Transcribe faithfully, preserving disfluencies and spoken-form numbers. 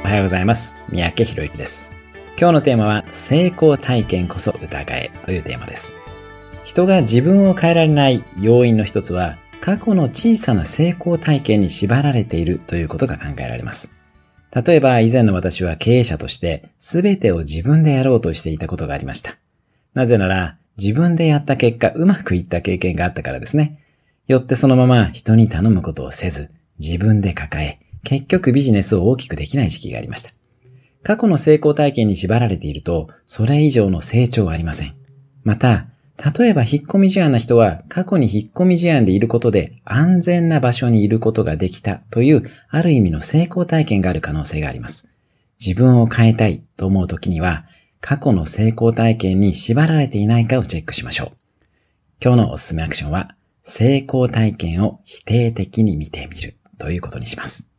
おはようございます。三宅博之です。今日のテーマは成功体験こそ疑えというテーマです。人が自分を変えられない要因の一つは過去の小さな成功体験に縛られているということが考えられます。例えば以前の私は経営者として全てを自分でやろうとしていたことがありました。なぜなら自分でやった結果うまくいった経験があったからですね。よってそのまま人に頼むことをせず自分で抱え結局ビジネスを大きくできない時期がありました。過去の成功体験に縛られていると、それ以上の成長はありません。また、例えば引っ込み思案な人は、過去に引っ込み思案でいることで安全な場所にいることができたという、ある意味の成功体験がある可能性があります。自分を変えたいと思うときには、過去の成功体験に縛られていないかをチェックしましょう。今日のおすすめアクションは、成功体験を否定的に見てみるということにします。